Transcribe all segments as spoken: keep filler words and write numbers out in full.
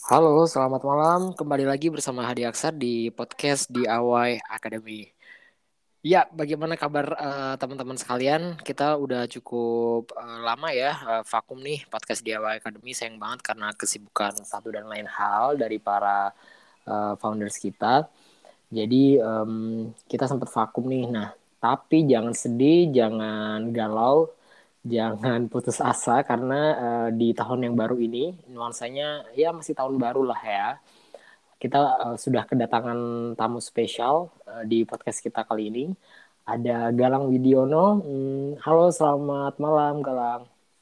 Halo, selamat malam. Kembali lagi bersama Hadi Aksar di podcast D I Y Academy. Ya, bagaimana kabar eh, teman-teman sekalian? Kita udah cukup eh, lama ya eh, vakum nih podcast D I Y Academy. Sayang banget karena kesibukan satu dan lain hal dari para eh, founders kita. Jadi em, kita sempat vakum nih. Nah, tapi jangan sedih, jangan galau, jangan putus asa karena eh, di tahun yang baru ini nuansanya ya masih tahun baru lah ya. Kita uh, sudah kedatangan tamu spesial uh, di podcast kita kali ini. Ada Galang Widiono. Hmm, halo, selamat malam Galang.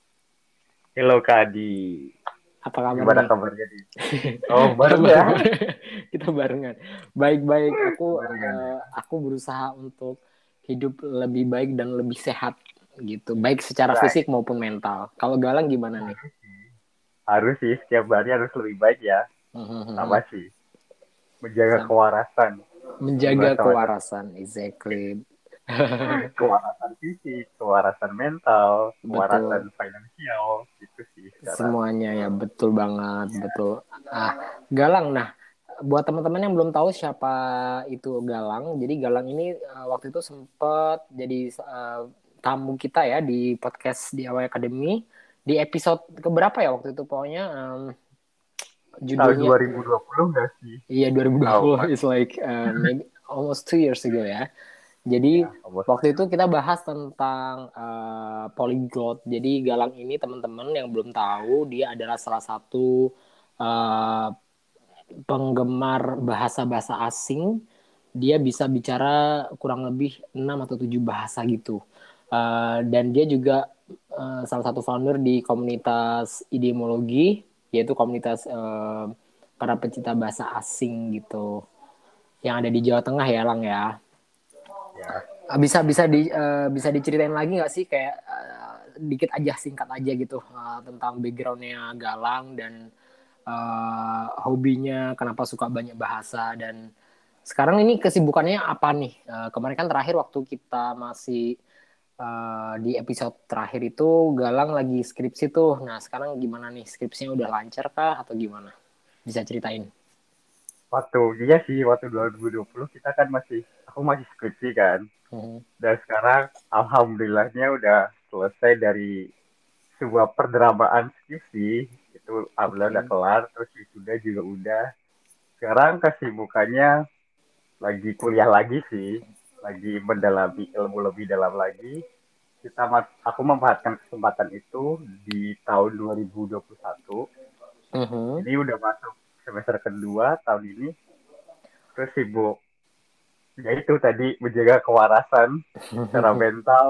Halo Kak Adi, Apa kabar gimana nih? kabarnya nih? Oh, bareng ya? Bareng. Kita barengan. Baik-baik. Aku Barengan ya? uh, aku berusaha untuk hidup lebih baik dan lebih sehat gitu. Baik secara Baik, fisik maupun mental. Kalau Galang gimana nih? harus sih. Harus sih, setiap hari harus lebih baik ya. Sama sih, menjaga Sam- kewarasan. Menjaga Semacam-macam. kewarasan, exactly. Kewarasan fisik, kewarasan mental, kewarasan Betul. finansial. Gitu sih sekarang. Semuanya ya betul banget, Ya, betul. Ah, Galang. Nah, buat teman-teman yang belum tahu siapa itu Galang, jadi Galang ini eh, waktu itu sempat jadi eh, tamu kita ya di podcast di Awal Academy di episode keberapa ya waktu itu pokoknya em, tahun judulnya dua ribu dua puluh nggak sih? iya dua ribu dua Oh, puluh Pak. is like uh, maybe almost two years ago ya. Jadi Ya, bos waktu saya. itu kita bahas tentang uh, polyglot. Jadi Galang ini teman-teman yang belum tahu dia adalah salah satu uh, penggemar bahasa-bahasa asing. Dia bisa bicara kurang lebih enam atau tujuh bahasa gitu. Uh, dan dia juga uh, salah satu founder di komunitas idemologi, yaitu komunitas uh, para pencinta bahasa asing gitu. Yang ada di Jawa Tengah ya, Lang ya. Ya, Ah, bisa bisa di eh, bisa diceritain lagi nggak sih kayak eh, dikit aja singkat aja gitu eh, tentang backgroundnya Galang dan eh, hobinya kenapa suka banyak bahasa dan sekarang ini kesibukannya apa nih? Eh, kemarin kan terakhir waktu kita masih eh, di episode terakhir itu Galang lagi skripsi tuh. Nah sekarang gimana nih skripsinya udah lancar kah atau gimana? Bisa ceritain? waktu iya sih, waktu dua ribu dua puluh kita kan masih, aku masih skripsi kan. Hmm. Dan sekarang alhamdulillahnya udah selesai dari sebuah perdramaan skripsi. Itu alhamdulillah udah Oke. kelar, terus wisuda juga udah. Sekarang kesibukannya lagi kuliah lagi sih, lagi mendalami ilmu lebih dalam lagi. Kita mas- aku memanfaatkan kesempatan itu di tahun dua ribu dua puluh satu. Mhm. Ini udah masuk semester kedua tahun ini, terus sibuk ya itu tadi menjaga kewarasan secara mental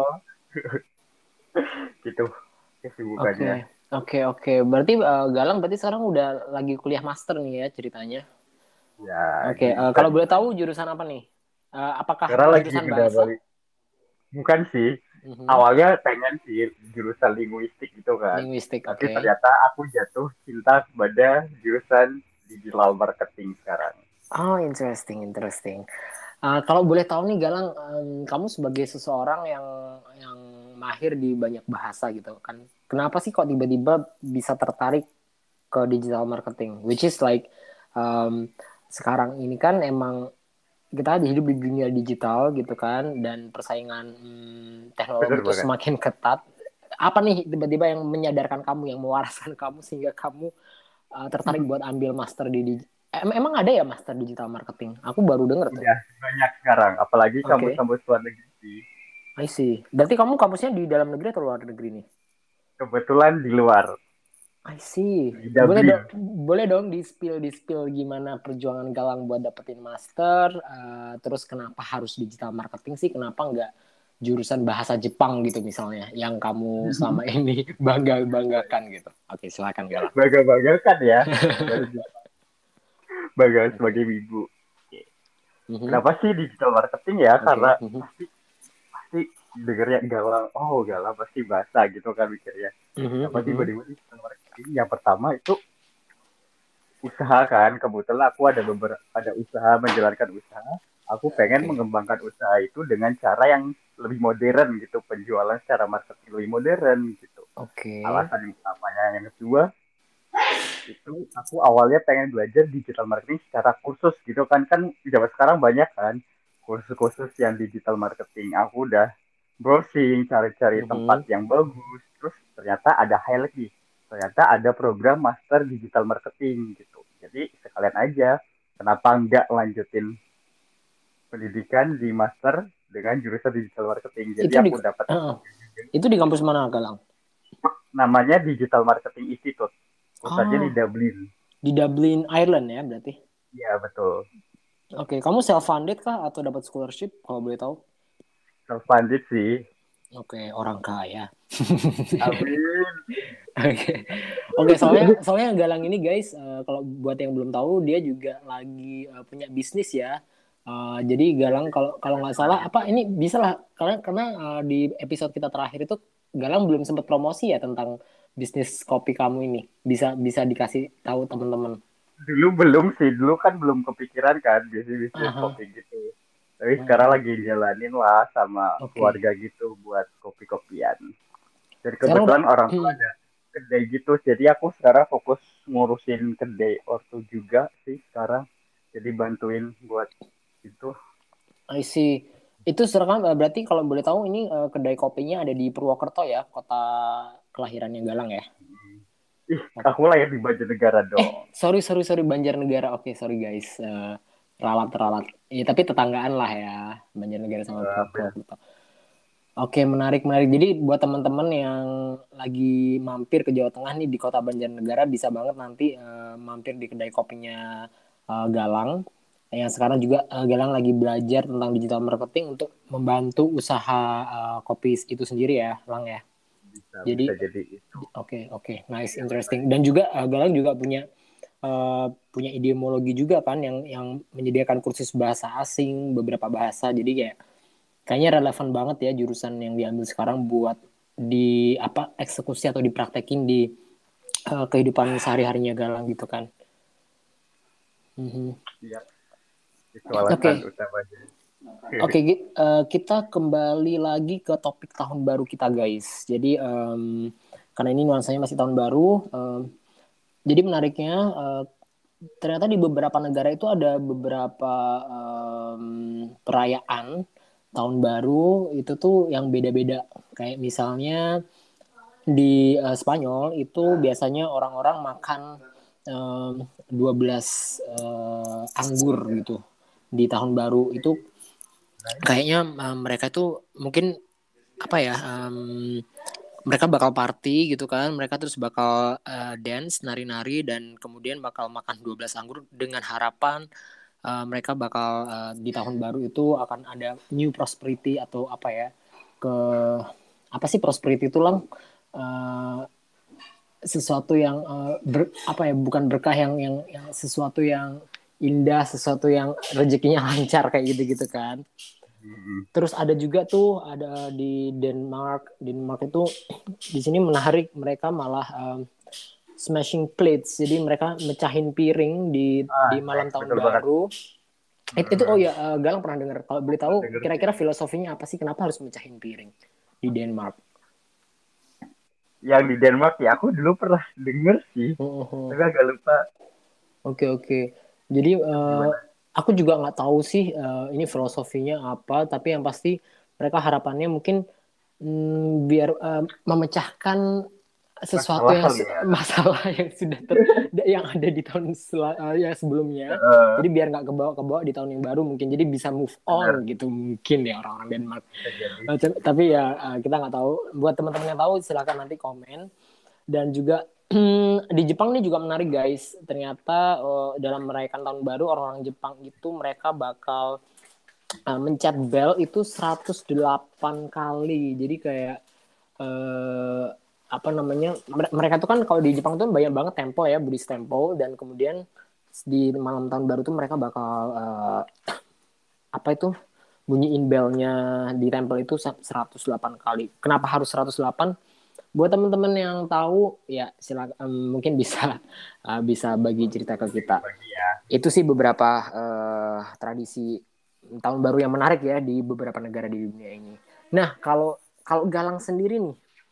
gitu Oke, kesibukannya. oke, oke. Berarti eh, Galang berarti sekarang udah lagi kuliah master nih ya ceritanya. Ya, Oke, eh, jurusan kalau boleh tahu jurusan apa nih? Eh, apakah sekarang lagi jurusan udah bahasa? balik. Bukan sih, Mhm. awalnya pengen sih jurusan linguistik gitu kan, Linguistik, tapi oke. ternyata aku jatuh cinta kepada jurusan digital marketing sekarang. Oh, interesting, interesting. Eh, kalau boleh tahu nih Galang, em, kamu sebagai seseorang yang yang mahir di banyak bahasa gitu kan, kenapa sih kok tiba-tiba bisa tertarik ke digital marketing? Which is like em, sekarang ini kan emang kita hidup di dunia digital gitu kan dan persaingan hmm, teknologi Bener itu banget. semakin ketat. Apa nih tiba-tiba yang menyadarkan kamu, yang mewaraskan kamu sehingga kamu uh, tertarik buat ambil master di dig- em- emang ada ya master digital marketing? Aku baru denger tuh. Udah banyak sekarang, apalagi Oke, okay. kampus-kampus luar negeri sih. I see. Berarti kamu kampusnya di dalam negeri atau luar negeri nih? Kebetulan di luar, I see. di Boleh dong, Dublin. boleh dong di spill di spill gimana perjuangan Galang buat dapetin master, uh, terus kenapa harus digital marketing sih? Kenapa nggak jurusan bahasa Jepang gitu misalnya, yang kamu selama ini bangga banggakan gitu? Oke, silakan Galang. Bangga-banggakan ya, bangga Oke. sebagai ibu. Mhm. Kenapa sih digital marketing ya? Karena Oke. Mhm. pasti pasti dengernya galang, oh galang pasti bahasa gitu kan mikirnya. Mhm. Kenapa Mhm. tiba-tiba digital marketing? Yang pertama itu usaha kan. Kebetulan aku ada beberapa ada usaha menjalankan usaha. Aku pengen Oke. mengembangkan usaha itu dengan cara yang lebih modern gitu, penjualan secara marketing lebih modern gitu. Oke. Alasan yang utamanya, yang kedua Itu aku awalnya pengen belajar digital marketing secara kursus gitu kan. Kan zaman sekarang banyak kan kursus-kursus yang digital marketing. Aku udah browsing, cari-cari tempat Mhm. yang bagus. Terus ternyata ada high lagi. Ternyata ada program master digital marketing gitu. Jadi sekalian aja, kenapa nggak lanjutin pendidikan di master dengan jurusan digital marketing. Jadi Itu di aku dapat uh, itu di kampus mana, Galang? namanya Digital Marketing Institute. Pusatnya di Ah, Dublin. di Dublin, Ireland ya berarti. Iya betul. Oke, kamu self funded kah atau dapat scholarship kalau boleh tahu? Self funded sih. Oke, orang kaya. Amin. Oke, oke. Soalnya soalnya Galang ini guys, eh, kalau buat yang belum tahu dia juga lagi eh, punya bisnis ya. Eh, jadi Galang kalau kalau nggak salah Gimana apa itu? ini bisa lah karena karena eh, di episode kita terakhir itu Galang belum sempat promosi ya tentang bisnis kopi kamu ini. Bisa bisa dikasih tahu teman-teman. Dulu belum sih, dulu kan belum kepikiran kan bisnis bisnis Aha, kopi gitu. Tapi sekarang aha. lagi jalanin lah sama Oke. keluarga gitu buat kopi-kopian. Dan Sekarang udah kebetulan orang tua hmm, ada kedai gitu, jadi aku sekarang fokus ngurusin kedai ortu juga sih sekarang. Jadi bantuin buat itu. I see. Itu sekarang eh, berarti kalau boleh tahu ini eh, kedai kopinya ada di Purwokerto ya, kota kelahirannya Galang ya. Ih, aku lahir di Banjarnegara Eh, dong. sorry, sorry, sorry, Banjarnegara. Oke, sorry guys. Eh, ralat, ralat. Ya, tapi tetanggaan lah ya, Banjarnegara sama Eh, Pur- Purwokerto. Oke, menarik, menarik. Jadi buat teman-teman yang lagi mampir ke Jawa Tengah nih di kota Banjarnegara, bisa banget nanti eh, mampir di kedai kopinya eh, Galang. Yang sekarang juga eh, Galang lagi belajar tentang digital marketing untuk membantu usaha eh, kopi itu sendiri ya, Lang ya. bisa bisa Jadi, jadi itu. oke, oke, nice, Iya, interesting. Dan juga eh, Galang juga punya eh, punya ideologi juga kan yang yang menyediakan kursus bahasa asing beberapa bahasa jadi kayak kayaknya relevan banget ya jurusan yang diambil sekarang buat di apa eksekusi atau dipraktekin di eh, kehidupan sehari-harinya Galang gitu kan. Mhm. iya. Itu Oke, alasan okay. utamanya. Oke, okay, kita kembali lagi ke topik tahun baru kita guys. Jadi em, karena ini nuansanya masih tahun baru, em, jadi menariknya eh, ternyata di beberapa negara itu ada beberapa em, perayaan tahun baru itu tuh yang beda-beda. Kayak misalnya di eh, Spanyol itu biasanya orang-orang makan em, dua belas eh, anggur gitu di tahun baru itu kayaknya eh, mereka tuh mungkin apa ya em, mereka bakal party gitu kan mereka terus bakal eh, dance nari-nari dan kemudian bakal makan dua belas anggur dengan harapan eh, mereka bakal eh, di tahun baru itu akan ada new prosperity atau apa ya ke apa sih prosperity itu lang Eh, sesuatu yang eh, ber, apa ya bukan berkah yang yang yang sesuatu yang indah sesuatu yang rezekinya lancar kayak gitu gitu kan. Hmm, Terus ada juga tuh ada di Denmark. Denmark itu di sini menarik mereka malah um, smashing plates. Jadi mereka mecahin piring di ah, di nice, malam tahun betul banget. baru. Itu, itu oh Hmm, ya uh, Galang pernah dengar. Kalau boleh tahu pernah denger sih. kira-kira filosofinya apa sih kenapa harus mecahin piring di Denmark? Yang di Denmark ya, aku dulu pernah denger sih. Oh, oh, Tapi oh. agak lupa Oke oke. Jadi itu uh, gimana. aku juga nggak tahu sih uh, ini filosofinya apa. Tapi yang pasti mereka harapannya mungkin mm, biar uh, memecahkan sesuatu Masalah yang kali ya. masalah yang sudah ter yang ada di tahun sel- uh, yang sebelumnya. Uh, Jadi biar nggak kebawa kebawa di tahun yang baru mungkin. Jadi bisa move on benar, gitu mungkin ya orang-orang Denmark. bisa jadi Uh, sih. tapi ya uh, kita nggak tahu. Buat teman-teman yang tahu silakan nanti komen. Dan juga di Jepang ini juga menarik guys. Ternyata uh, dalam merayakan tahun baru orang-orang Jepang itu mereka bakal uh, mencet bel itu seratus delapan kali. Jadi kayak uh, apa namanya? Mereka tuh kan kalau di Jepang tuh banyak banget tempo ya, Buddhist tempo dan kemudian di malam tahun baru tuh mereka bakal uh, apa itu bunyiin belnya di temple itu seratus delapan kali. Kenapa harus seratus delapan? Buat teman-teman yang tahu ya silakan um, mungkin bisa uh, bisa bagi cerita ke kita. Bagi-bagi ya. Itu sih beberapa uh, tradisi tahun baru yang menarik ya di beberapa negara di dunia ini. Nah, kalau kalau Galang sendiri nih,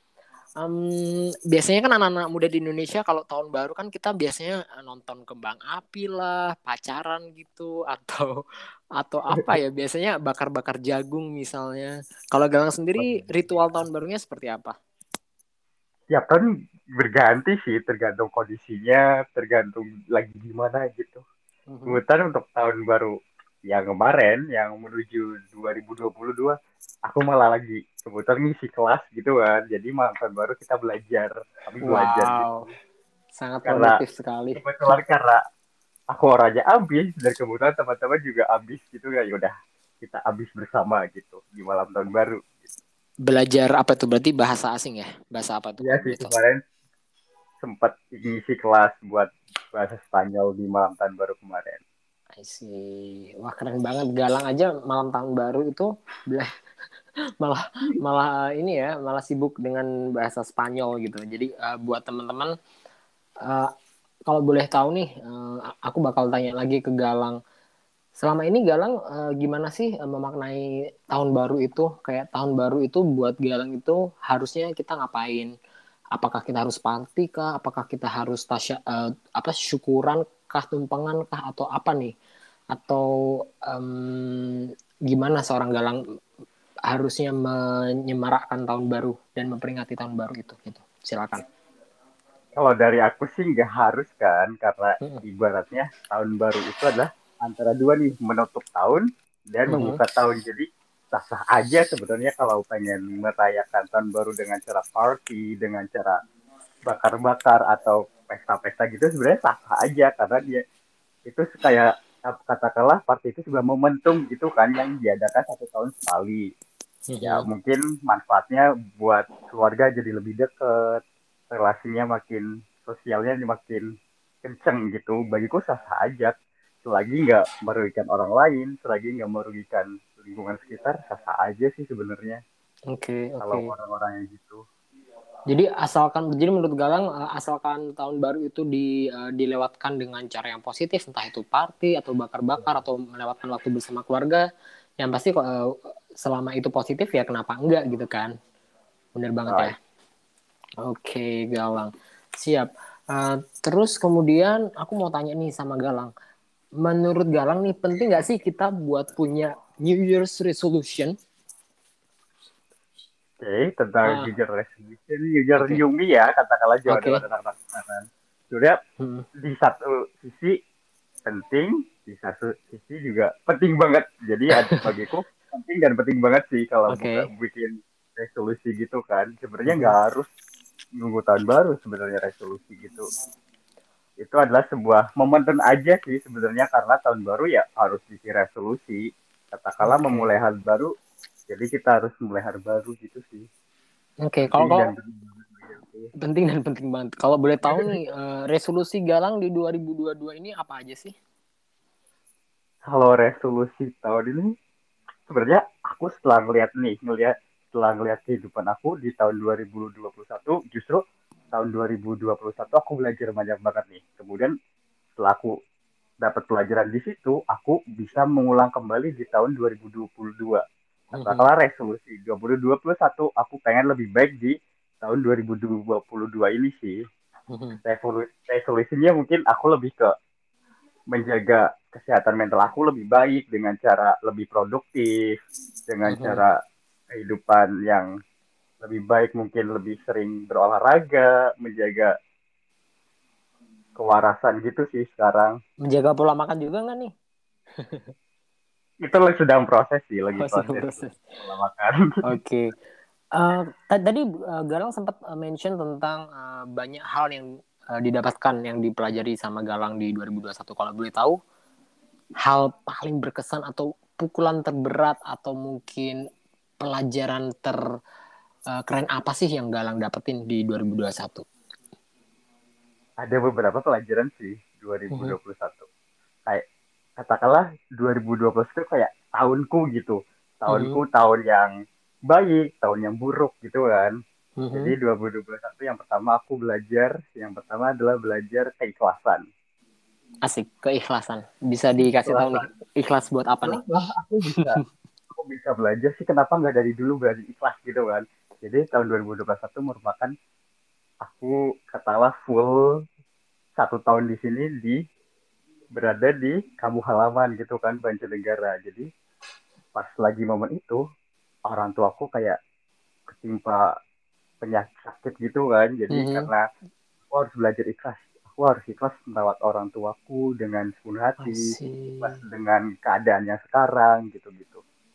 Um, biasanya kan anak-anak muda di Indonesia kalau tahun baru kan kita biasanya eh, nonton kembang api lah, pacaran gitu, atau atau apa ya? Biasanya bakar-bakar jagung misalnya. Kalau Galang sendiri ritual tahun barunya seperti apa? Tiap tahun berganti sih, tergantung kondisinya, tergantung lagi gimana gitu. Mhm. Kebetulan untuk tahun baru yang kemarin, yang menuju dua ribu dua puluh dua, aku malah lagi kebetulan ngisi kelas gitu kan. Jadi malam tahun baru kita belajar, kami belajar Wow, gitu. sangat Karena produktif sekali. kebetulan karena aku orangnya ambis dan kebetulan teman-teman juga ambis gitu ya. Yaudah kita ambis bersama gitu di malam tahun baru. Belajar apa tuh? Berarti bahasa asing ya? Bahasa apa tuh Iya kalau sih boleh tahu? kemarin sempat ngisi kelas buat bahasa Spanyol di malam tahun baru kemarin. I see. Wah keren banget. Galang aja malam tahun baru itu bela- malah malah ini ya, malah sibuk dengan bahasa Spanyol gitu. Jadi uh, buat teman-teman, uh, kalau boleh tahu nih, uh, aku bakal tanya lagi ke Galang. Selama ini Galang uh, gimana sih uh, memaknai tahun baru itu? Kayak tahun baru itu buat Galang itu harusnya kita ngapain? Apakah kita harus party kah? Apakah kita harus tasya, uh, apa syukuran kah, tumpengan kah, atau apa nih? Atau um, gimana seorang Galang harusnya menyemarakkan tahun baru dan memperingati tahun baru itu? Gitu. Silakan. Kalau dari aku sih nggak harus kan, karena Mhm. ibaratnya tahun baru itu adalah antara dua nih, menutup tahun dan Mhm. membuka tahun. Jadi sah-sah aja sebenarnya kalau pengen merayakan tahun baru dengan cara party, dengan cara bakar-bakar atau pesta-pesta gitu sebenarnya sah-sah aja karena dia itu kayak katakanlah party itu sebuah momentum gitu kan yang diadakan satu tahun sekali. Ya Mhm. mungkin manfaatnya buat keluarga jadi lebih deket, relasinya makin sosialnya makin kenceng gitu. Bagiku sah-sah aja, selagi nggak merugikan orang lain, selagi nggak merugikan lingkungan sekitar, sah-sah aja sih sebenarnya Oke, kalau oke. orang-orang yang gitu. Jadi asalkan jadi menurut Galang eh, asalkan tahun baru itu di, eh, dilewatkan dengan cara yang positif, entah itu party atau bakar-bakar atau melewatkan waktu bersama keluarga, yang pasti kok eh, selama itu positif ya kenapa enggak gitu kan. Bener banget ya. Right. Oke, Galang. Siap. Eh, terus kemudian aku mau tanya nih sama Galang. Menurut Galang nih penting nggak sih kita buat punya New Year's resolution? Oke, okay, tentang Ah, user resolution, user oke. Yumi ya, katakanlah jawa Oke. dewan anak-anak sekarang. Sudah Hmm. di satu sisi penting, di satu sisi juga penting banget. Jadi bagiku penting dan penting banget sih kalau buka Oke. bikin resolusi gitu kan. Sebenarnya Mhm. nggak harus nunggu tahun baru sebenarnya resolusi gitu. Itu adalah sebuah momentum aja sih sebenarnya karena tahun baru ya harus bikin resolusi. Katakanlah memulai Oke. hal baru, jadi kita harus mulai hal baru gitu sih. Oke, kalau Penting kalau dan penting banget bagi aku. penting dan penting banget. Kalau boleh tahu nih, eh, resolusi Galang di dua ribu dua puluh dua ini apa aja sih? Kalau resolusi tahun ini sebenarnya aku setelah ngeliat nih, ngeliat setelah ngeliat kehidupan aku di tahun dua ribu dua puluh satu, justru tahun dua ribu dua puluh satu aku belajar banyak banget nih. Kemudian setelah aku dapat pelajaran di situ, aku bisa mengulang kembali di tahun dua ribu dua puluh dua. Mhm. Katakanlah resolusi dua ribu dua puluh satu, aku pengen lebih baik di tahun dua ribu dua puluh dua ini sih. Mhm. Resolusinya mungkin aku lebih ke menjaga kesehatan mental aku lebih baik dengan cara lebih produktif, dengan Mhm. cara kehidupan yang lebih baik, mungkin lebih sering berolahraga, menjaga kewarasan gitu sih sekarang. Menjaga pola makan juga nggak nih? Itu lagi sedang proses sih, lagi Oh, sedang proses proses. pola makan. Oke. Eh, ta- tadi eh, Galang sempat eh, mention tentang eh, banyak hal yang eh, didapatkan yang dipelajari sama Galang di dua ribu dua puluh satu. Kalau boleh tahu, hal paling berkesan atau pukulan terberat atau mungkin pelajaran ter eh, keren apa sih yang Galang dapetin di dua ribu dua puluh satu? Ada beberapa pelajaran sih Mhm. dua ribu dua puluh satu. Kayak katakanlah dua ribu dua puluh satu kayak tahunku gitu. Tahunku Mhm. tahun yang baik, tahun yang buruk gitu kan. Jadi Mhm. dua ribu dua puluh satu yang pertama aku belajar, yang pertama adalah belajar keikhlasan. Asik, keikhlasan. Bisa dikasih tahu nih, Keikhlasan. ikhlas buat apa nih? Kenapa aku bisa aku bisa belajar sih, kenapa nggak dari dulu belajar ikhlas gitu kan. Jadi tahun dua ribu dua puluh satu merupakan aku katalah full satu tahun di sini di berada di kampung halaman gitu kan Banjarnegara. Jadi pas lagi momen itu orang tuaku kayak ketimpa penyakit sakit gitu kan. Jadi Mhm. karena aku harus belajar ikhlas. Aku harus ikhlas merawat orang tuaku dengan sepenuh I hati, ikhlas see. dengan keadaannya sekarang gitu-gitu.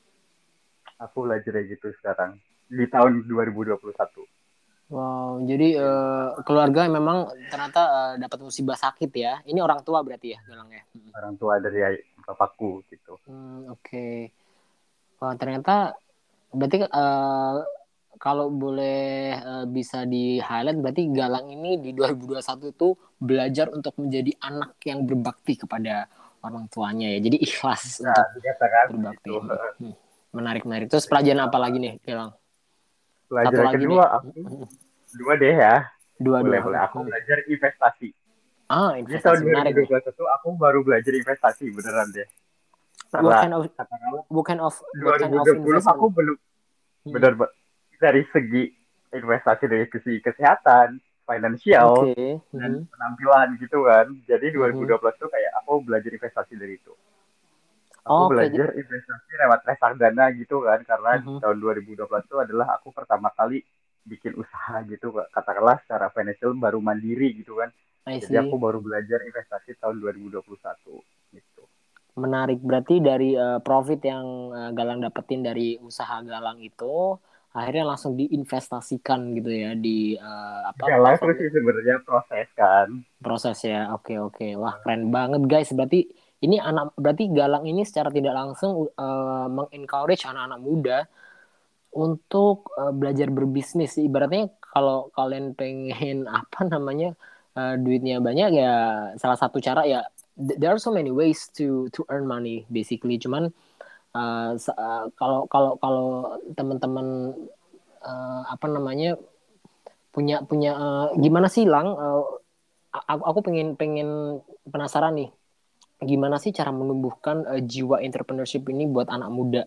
Aku belajar kayak gitu sekarang di tahun dua ribu dua puluh satu. Wow, jadi Itu yang eh, pertama. keluarga memang ternyata eh, dapat musibah sakit ya. Ini orang tua berarti ya, Galang ya. Hmm, Orang tua dari bapakku gitu. Hmm, oke. Wah, ternyata berarti eh, kalau boleh eh, bisa di highlight berarti Galang ini di dua ribu dua puluh satu itu belajar untuk menjadi anak yang berbakti kepada orang tuanya ya. Jadi ikhlas Bisa untuk dikatakan begitu. berbakti. Hmm, hmm. Menarik, menarik. Terus pelajaran apa lagi nih, Galang? Satu Pelajaran lagi kedua deh. aku dua deh ya. Boleh Dua-dua. boleh. Aku Hmm. belajar investasi. Ah, Jadi tahun investasi menarik nih. dua ribu dua puluh satu aku baru belajar investasi beneran deh. What Karena kind of katakanlah what kind of what kind of dua ribu dua puluh aku investment? belum Hmm. benar dari segi investasi dari segi kesehatan, Oke. finansial, dan Mhm. penampilan gitu kan. Jadi Mhm. dua ribu dua puluh itu kayak aku belajar investasi dari itu. Aku Oke. belajar investasi lewat reksadana gitu kan, karena di Mhm. tahun dua ribu dua puluh itu adalah aku pertama kali bikin usaha gitu, katakanlah secara financial baru mandiri gitu kan. I Jadi aku see. baru belajar investasi tahun dua ribu dua puluh satu gitu. Menarik. Berarti dari eh, profit yang eh, Galang dapetin dari usaha Galang itu akhirnya langsung diinvestasikan gitu ya di eh, apa Gak langsung platform sih sebenarnya proses kan. proses ya. Oke, oke. Wah, keren banget guys. Berarti ini anak berarti Galang ini secara tidak langsung eh, mengencourage anak-anak muda untuk uh, belajar berbisnis. Ibaratnya kalau kalian pengen apa namanya uh, duitnya banyak ya salah satu cara ya there are so many ways to to earn money basically. Cuman uh, uh, kalau kalau kalau teman-teman uh, apa namanya punya punya uh, gimana sih Lang? Uh, aku, aku pengen pengen penasaran nih. Gimana sih cara menumbuhkan uh, jiwa entrepreneurship ini buat anak muda?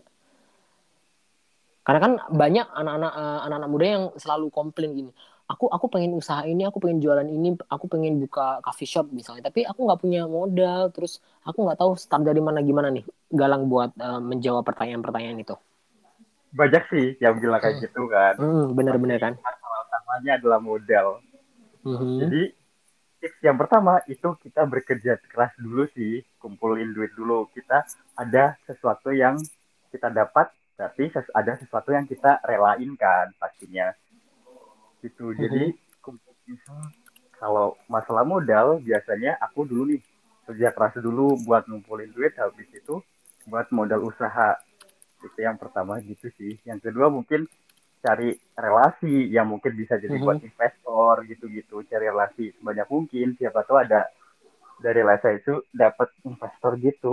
Karena kan banyak anak-anak eh, anak-anak muda yang selalu komplain gini. Aku aku pengen usaha ini, aku pengen jualan ini, aku pengen buka coffee shop misalnya. Tapi aku nggak punya modal, terus aku nggak tahu start dari mana gimana nih. Galang buat eh, menjawab pertanyaan-pertanyaan itu. Banyak sih yang bilang kayak gitu kan. Hmm, Pasti bener-bener kan. masalah utamanya adalah modal. Mhm. Jadi tips yang pertama itu kita bekerja keras dulu sih, kumpulin duit dulu. Kita ada sesuatu yang kita dapat, tapi ada sesuatu yang kita relain kan pastinya. Gitu. Jadi Mhm. misal kalau masalah modal biasanya aku dulu nih kerja keras dulu buat ngumpulin duit, habis itu buat modal usaha. Itu yang pertama gitu sih. Yang kedua mungkin cari relasi yang mungkin bisa jadi buat Mhm. investor gitu-gitu. Cari relasi sebanyak mungkin. Siapa tahu ada dari relasi itu dapat investor gitu.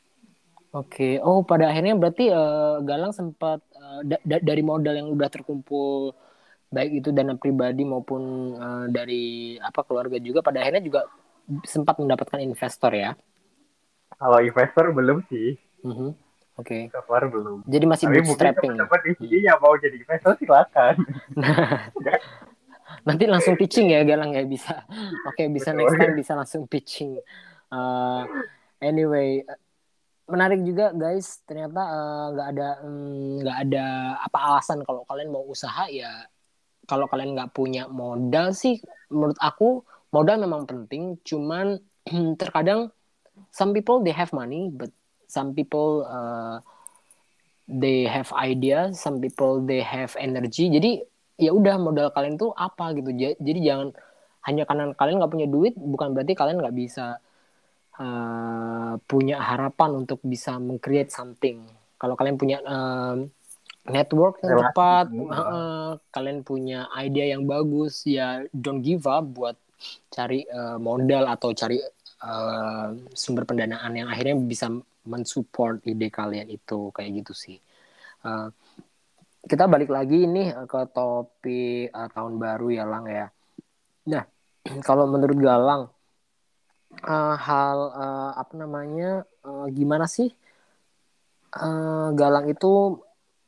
Oke. Oh, pada akhirnya berarti eh, Galang sempat eh, da- da- dari modal yang udah terkumpul baik itu dana pribadi maupun eh, dari apa keluarga juga pada akhirnya juga sempat mendapatkan investor ya. Kalau investor belum sih. Mhm. Oke. So far belum. Jadi masih Tapi mungkin bootstrapping nih. teman-teman di sini Hmm. yang mau jadi investor silakan. Nanti langsung pitching ya Galang ya bisa. Oke, bisa Betul. next time bisa langsung pitching. Uh, anyway, menarik juga guys. Ternyata eh, nggak uh, ada mm, nggak mm, ada apa alasan kalau kalian mau usaha ya. Kalau kalian nggak punya modal sih, menurut aku modal memang penting. Cuman terkadang some people they have money, but some people uh, they have idea, some people they have energy. Jadi ya udah modal kalian tuh apa gitu. Jadi jangan hanya karena kalian nggak punya duit, bukan berarti kalian nggak bisa uh, punya harapan untuk bisa meng-create something. Kalau kalian punya uh, network yang Relasi tepat, itu. uh, kalian punya ide yang bagus, ya don't give up buat cari uh, modal atau cari uh, sumber pendanaan yang akhirnya bisa mensupport ide kalian itu kayak gitu sih. Uh, kita balik lagi nih ke topik uh, tahun baru ya Lang ya. Nah, kalau menurut Galang, uh, hal uh, apa namanya, uh, gimana sih uh, Galang itu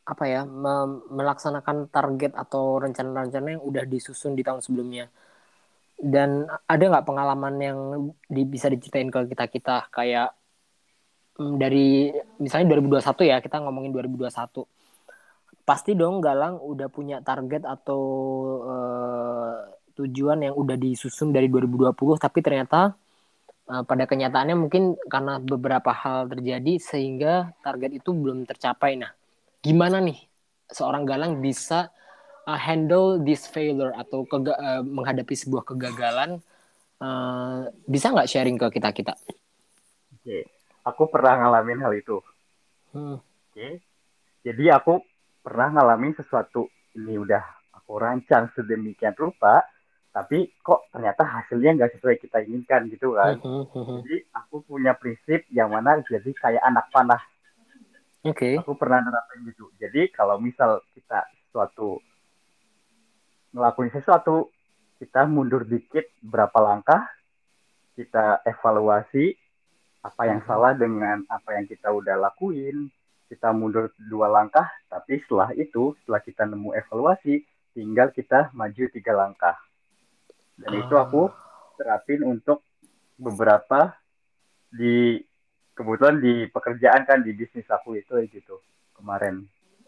apa ya me- melaksanakan target atau rencana-rencana yang udah disusun di tahun sebelumnya. Dan ada nggak pengalaman yang di- bisa diceritain ke kita kita kayak mm, dari misalnya dua ribu dua puluh satu ya, kita ngomongin dua ribu dua puluh satu. Pasti dong Galang udah punya target atau eh, tujuan yang udah disusun dari dua ribu dua puluh, tapi ternyata eh, pada kenyataannya mungkin karena beberapa hal terjadi sehingga target itu belum tercapai. Nah, gimana nih seorang Galang bisa uh, handle this failure atau kega- uh, menghadapi sebuah kegagalan? Uh, bisa nggak sharing ke kita kita? Oke, aku pernah ngalamin hal itu. Hmm. Oke, jadi aku pernah ngalamin sesuatu ini udah aku rancang sedemikian rupa, tapi kok ternyata hasilnya nggak sesuai kita inginkan gitu Hmm, kan. hmm, hmm, hmm. Jadi aku punya prinsip yang mana jadi kayak anak panah. Oke. Aku pernah nerapin gitu. Jadi kalau misal kita suatu ngelakuin sesuatu, kita mundur dikit berapa langkah, kita evaluasi apa yang Hmm. salah dengan apa yang kita udah lakuin, kita mundur dua langkah, tapi setelah itu, setelah kita nemu evaluasi, tinggal kita maju tiga langkah. Dan itu aku Ah, terapin untuk beberapa di kebetulan di pekerjaan kan di bisnis aku itu gitu kemarin.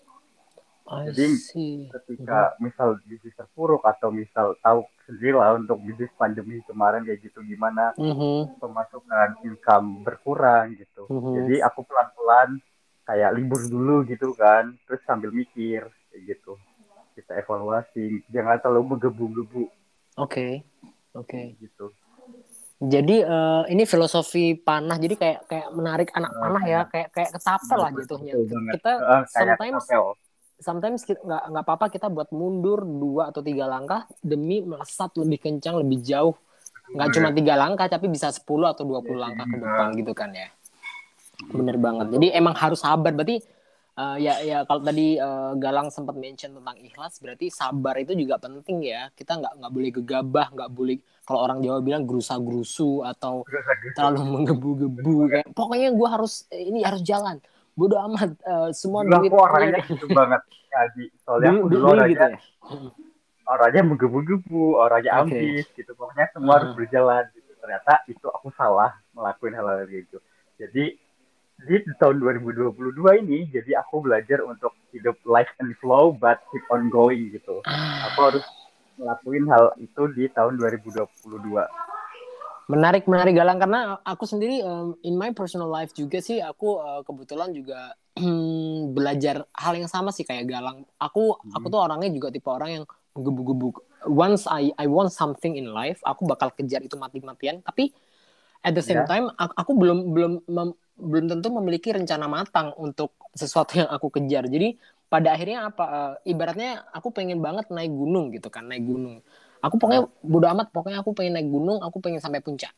I Jadi see. Hmm. ketika misal bisnis terpuruk atau misal tahu sendiri lah untuk bisnis pandemi kemarin kayak gitu gimana Hmm. pemasukan income berkurang gitu. Hmm. Jadi aku pelan-pelan kayak libur dulu gitu kan, terus sambil mikir kayak gitu. Kita evaluasi, jangan terlalu menggebu-gebu Oke. Oke. gitu. Jadi eh, ini filosofi panah. Jadi kayak kayak menarik anak Eh, panah ya, kayak kayak kayak ketapel benar lah betul, jatuhnya. betul banget. Kita Eh, kayak sometimes ketapel. sometimes kita nggak nggak apa-apa kita buat mundur dua atau tiga langkah demi melesat lebih kencang lebih jauh, nggak cuma Betul. tiga langkah tapi bisa sepuluh atau dua puluh Jadi langkah ke eh, depan gitu kan ya. Bener banget, betul. jadi emang harus sabar berarti. Eh, ya ya kalau tadi eh, Galang sempat mention tentang ikhlas, berarti sabar itu juga penting ya. Kita nggak nggak boleh gegabah, nggak boleh kalau orang Jawa bilang gerusa-gerusu atau terlalu menggebu-gebu Betul banget. kayak pokoknya gue harus ini harus jalan bodoh amat, eh, semua Dulu aku duit orangnya ini gitu banget. Jadi, soalnya dulu aku dulu, dulu dulu gitu orangnya ya. orangnya menggebu-gebu, orangnya Oke. ambis gitu. Pokoknya semua harus Heeh. berjalan gitu. Ternyata itu aku salah melakukan hal-hal gitu. Jadi di tahun dua ribu dua puluh dua ini, jadi aku belajar untuk hidup life and flow but keep on going gitu. Aku harus ngelakuin hal itu di tahun dua ribu dua puluh dua. Menarik, menarik Galang, karena aku sendiri um, in my personal life juga sih aku uh, kebetulan juga belajar hal yang sama sih kayak Galang. Aku aku Hmm. tuh orangnya juga tipe orang yang menggebu-gebu. Once I I want something in life, aku bakal kejar itu mati-matian. Tapi at the same Ya, time aku, aku belum belum mem, belum tentu memiliki rencana matang untuk sesuatu yang aku kejar. Jadi pada akhirnya apa? Uh, ibaratnya aku pengen banget naik gunung gitu kan, naik gunung. Aku pokoknya ya, bodo amat, pokoknya aku pengen naik gunung, aku pengen sampai puncak.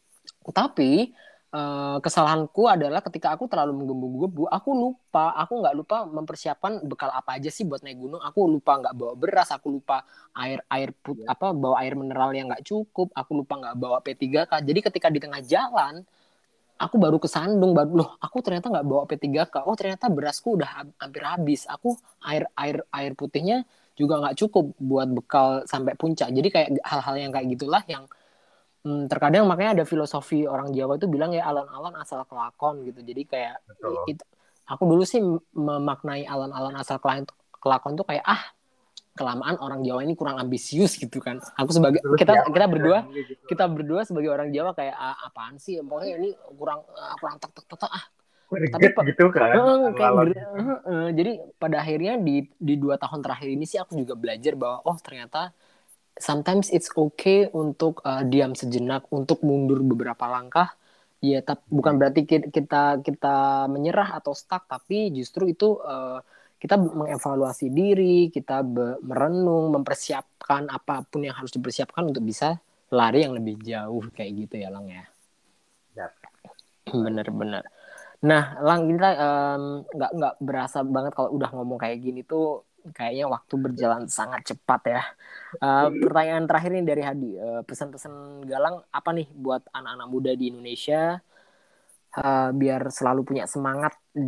Tapi uh, kesalahanku adalah ketika aku terlalu menggebu-gebu, aku lupa, aku nggak lupa mempersiapkan bekal apa aja sih buat naik gunung. Aku lupa nggak bawa beras, aku lupa air air put ya. apa bawa air mineral yang nggak cukup, aku lupa nggak bawa P tiga K. Jadi ketika di tengah jalan, aku baru kesandung, baru loh, aku ternyata nggak bawa P tiga K. Oh ternyata berasku udah ha- hampir habis. Aku air air air putihnya juga nggak cukup buat bekal sampai puncak. Jadi kayak hal-hal yang kayak gitulah yang Hmm, terkadang makanya ada filosofi orang Jawa itu bilang ya alon-alon asal kelakon gitu. Jadi kayak Betul. itu aku dulu sih memaknai alon-alon asal kelakon, kelakon tuh kayak ah kelamaan orang Jawa ini kurang ambisius gitu kan. Aku sebagai Terus kita siapa kita sih berdua kayak gitu? kita berdua sebagai orang Jawa kayak ah, apaan sih pokoknya ini kurang ah, kurang tek tek tek tek, ah. Tapi Greget pe- gitu kan, eh, kayak alon-alon ger- gitu. eh, eh. Jadi pada akhirnya di di dua tahun terakhir ini sih aku juga belajar bahwa oh ternyata sometimes it's okay untuk uh, diam sejenak, untuk mundur beberapa langkah. Ya, tapi bukan Hmm. berarti kita kita menyerah atau stuck, tapi justru itu uh, kita mengevaluasi diri, kita be- merenung, mempersiapkan apapun yang harus dipersiapkan untuk bisa lari yang lebih jauh kayak gitu ya, Lang ya. Ya, Bener-bener. Nah, Lang, kita em, nggak nggak berasa banget kalau udah ngomong kayak gini tuh kayaknya waktu berjalan sangat cepat ya. Eh, pertanyaan terakhir nih dari Hadi. Eh, pesan-pesan Galang apa nih buat anak-anak muda di Indonesia eh, biar selalu punya semangat dan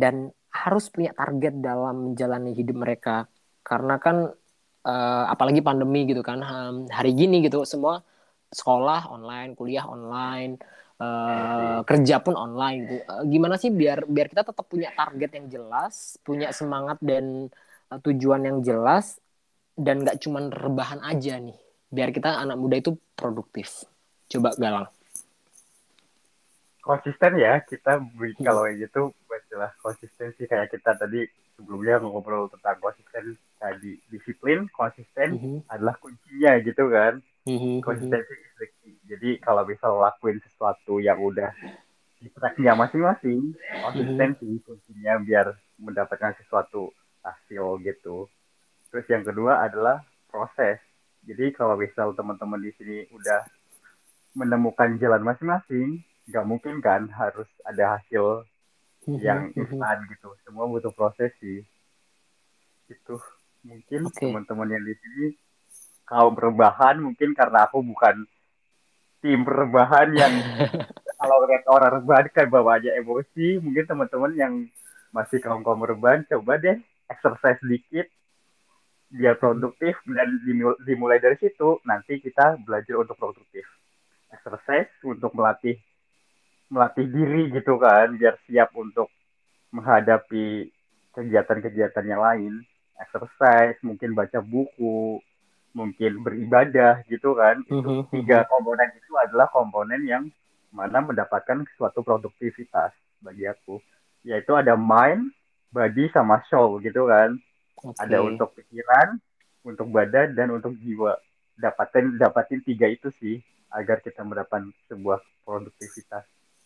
harus punya target dalam menjalani hidup mereka. Karena kan uh, apalagi pandemi gitu kan, um, hari gini gitu semua sekolah online, kuliah online, Iya sih. uh, kerja pun online gitu. Uh, gimana sih biar biar kita tetap punya target yang jelas, punya semangat dan uh, tujuan yang jelas dan nggak cuman rebahan aja nih. Biar kita anak muda itu produktif. Coba Galang. Konsisten ya kita Hmm. kalau kayak gitu istilah konsistensi kayak kita tadi sebelumnya ngobrol tentang konsisten tadi disiplin konsisten Mhm. adalah kuncinya gitu kan. Mhm. Mhm. Konsistensi is the key. Jadi kalau bisa lakuin sesuatu yang udah di tracknya masing-masing, Mhm. konsistensi kuncinya biar mendapatkan sesuatu hasil gitu. Terus yang kedua adalah proses. Jadi kalau misal teman-teman di sini udah menemukan jalan masing-masing, nggak mungkin kan harus ada hasil yang Mhm. Mhm. instan gitu. Semua butuh proses sih. Itu mungkin Oke. teman-teman yang di sini kaum rebahan mungkin karena aku bukan tim rebahan yang kalau lihat orang rebahan kan bawanya emosi. Mungkin teman-teman yang masih kaum kaum rebahan coba deh exercise dikit biar Mhm. produktif dan dimulai dari situ nanti kita belajar untuk produktif exercise untuk melatih melatih diri gitu kan biar siap untuk menghadapi kegiatan-kegiatan yang lain exercise mungkin baca buku mungkin beribadah gitu kan itu Mhm. tiga Mhm. komponen itu adalah komponen yang mana mendapatkan suatu produktivitas bagi aku yaitu ada mind body sama soul gitu kan ada Oke. untuk pikiran untuk badan dan untuk jiwa dapatin dapatin tiga itu sih agar kita mendapatkan sebuah produktivitas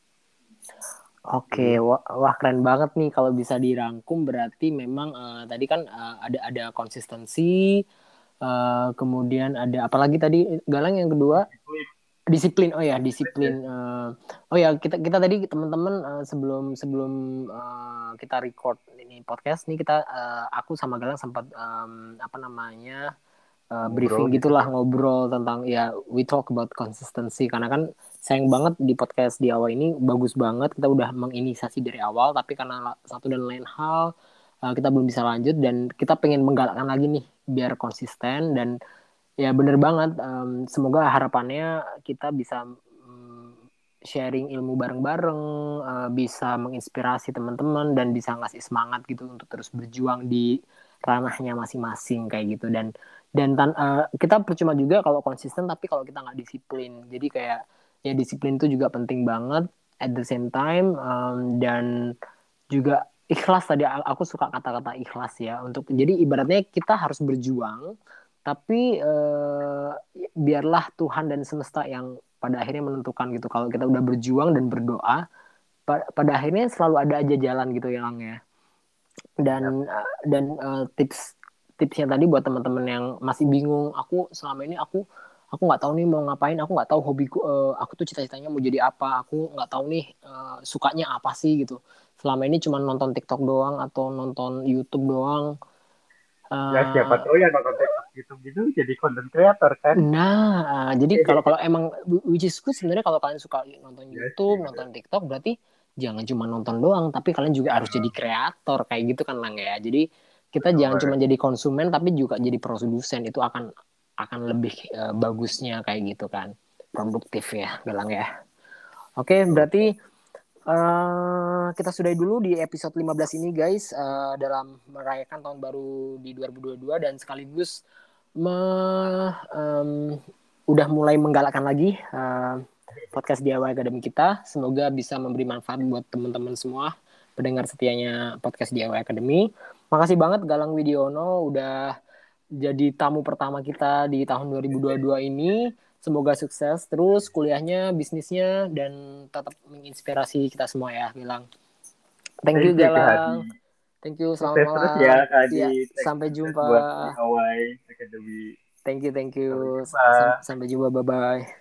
Oke, itu. wah, wah keren banget nih kalau bisa dirangkum berarti memang eh, tadi kan eh, ada ada konsistensi, eh, kemudian ada apalagi tadi Galang yang kedua Disiplin. disiplin. Oh ya Disiplin disiplin. ya. Eh, oh ya kita kita tadi teman-teman eh, sebelum sebelum eh, kita record ini podcast nih kita eh, aku sama Galang sempat em, apa namanya uh, Ngobrol briefing gitu gitulah ya. ngobrol tentang ya we talk about consistency karena kan sayang banget di podcast di awal ini bagus banget kita udah menginisiasi dari awal tapi karena satu dan lain hal uh, kita belum bisa lanjut dan kita pengen menggalakkan lagi nih biar konsisten dan ya bener banget um, semoga harapannya kita bisa um, sharing ilmu bareng-bareng uh, bisa menginspirasi teman-teman dan bisa ngasih semangat gitu untuk terus berjuang di ranahnya masing-masing kayak gitu dan dan tan- uh, kita percuma juga kalau konsisten tapi kalau kita nggak disiplin jadi kayak ya disiplin itu juga penting banget at the same time um, dan juga ikhlas tadi aku suka kata-kata ikhlas ya untuk jadi ibaratnya kita harus berjuang tapi eh, biarlah Tuhan dan semesta yang pada akhirnya menentukan gitu kalau kita udah berjuang dan berdoa pa- pada akhirnya selalu ada aja jalan gitu ya Lang ya dan Siap. eh, dan eh, tips tipsnya tadi buat teman-teman yang masih bingung aku selama ini aku aku nggak tahu nih mau ngapain aku nggak tahu hobiku eh, aku tuh cita-citanya mau jadi apa aku nggak tahu nih eh, sukanya apa sih gitu selama ini cuma nonton TikTok doang atau nonton YouTube doang. Ya siapa Eh, tahu ya nonton TikTok gitu gitu jadi content creator kan. Nah, uh, jadi kalau kalau emang which is good sebenarnya kalau kalian suka nonton Ya sih YouTube, benar. nonton TikTok berarti jangan cuma nonton doang, tapi kalian juga harus jadi Nah, kreator kayak gitu kan Lang ya. Jadi kita betul jangan cuma banget. jadi konsumen tapi juga jadi produsen itu akan akan lebih uh, bagusnya kayak gitu kan. Produktif ya, Galang ya. Oke, Betul. berarti uh, kita sudahi dulu di episode lima belas ini guys uh, dalam merayakan tahun baru di dua ribu dua puluh dua dan sekaligus me, um, udah mulai menggalakkan lagi uh, podcast D I Y Academy kita. Semoga bisa memberi manfaat buat teman-teman semua pendengar setianya podcast D I Y Academy. Makasih banget Galang Widiono udah jadi tamu pertama kita di tahun dua ribu dua puluh dua ini. Semoga sukses terus kuliahnya, bisnisnya, dan tetap menginspirasi kita semua ya, Gilang. Thank you, Thank you Kak Galang. Hadi. Thank you, selamat Sukses terus ya malam. Kak Hadi. Iya, Thank sampai you sukses jumpa. buat di Hawaii Academy. Thank you, thank Sampai you. jumpa. Sampai jumpa, bye-bye.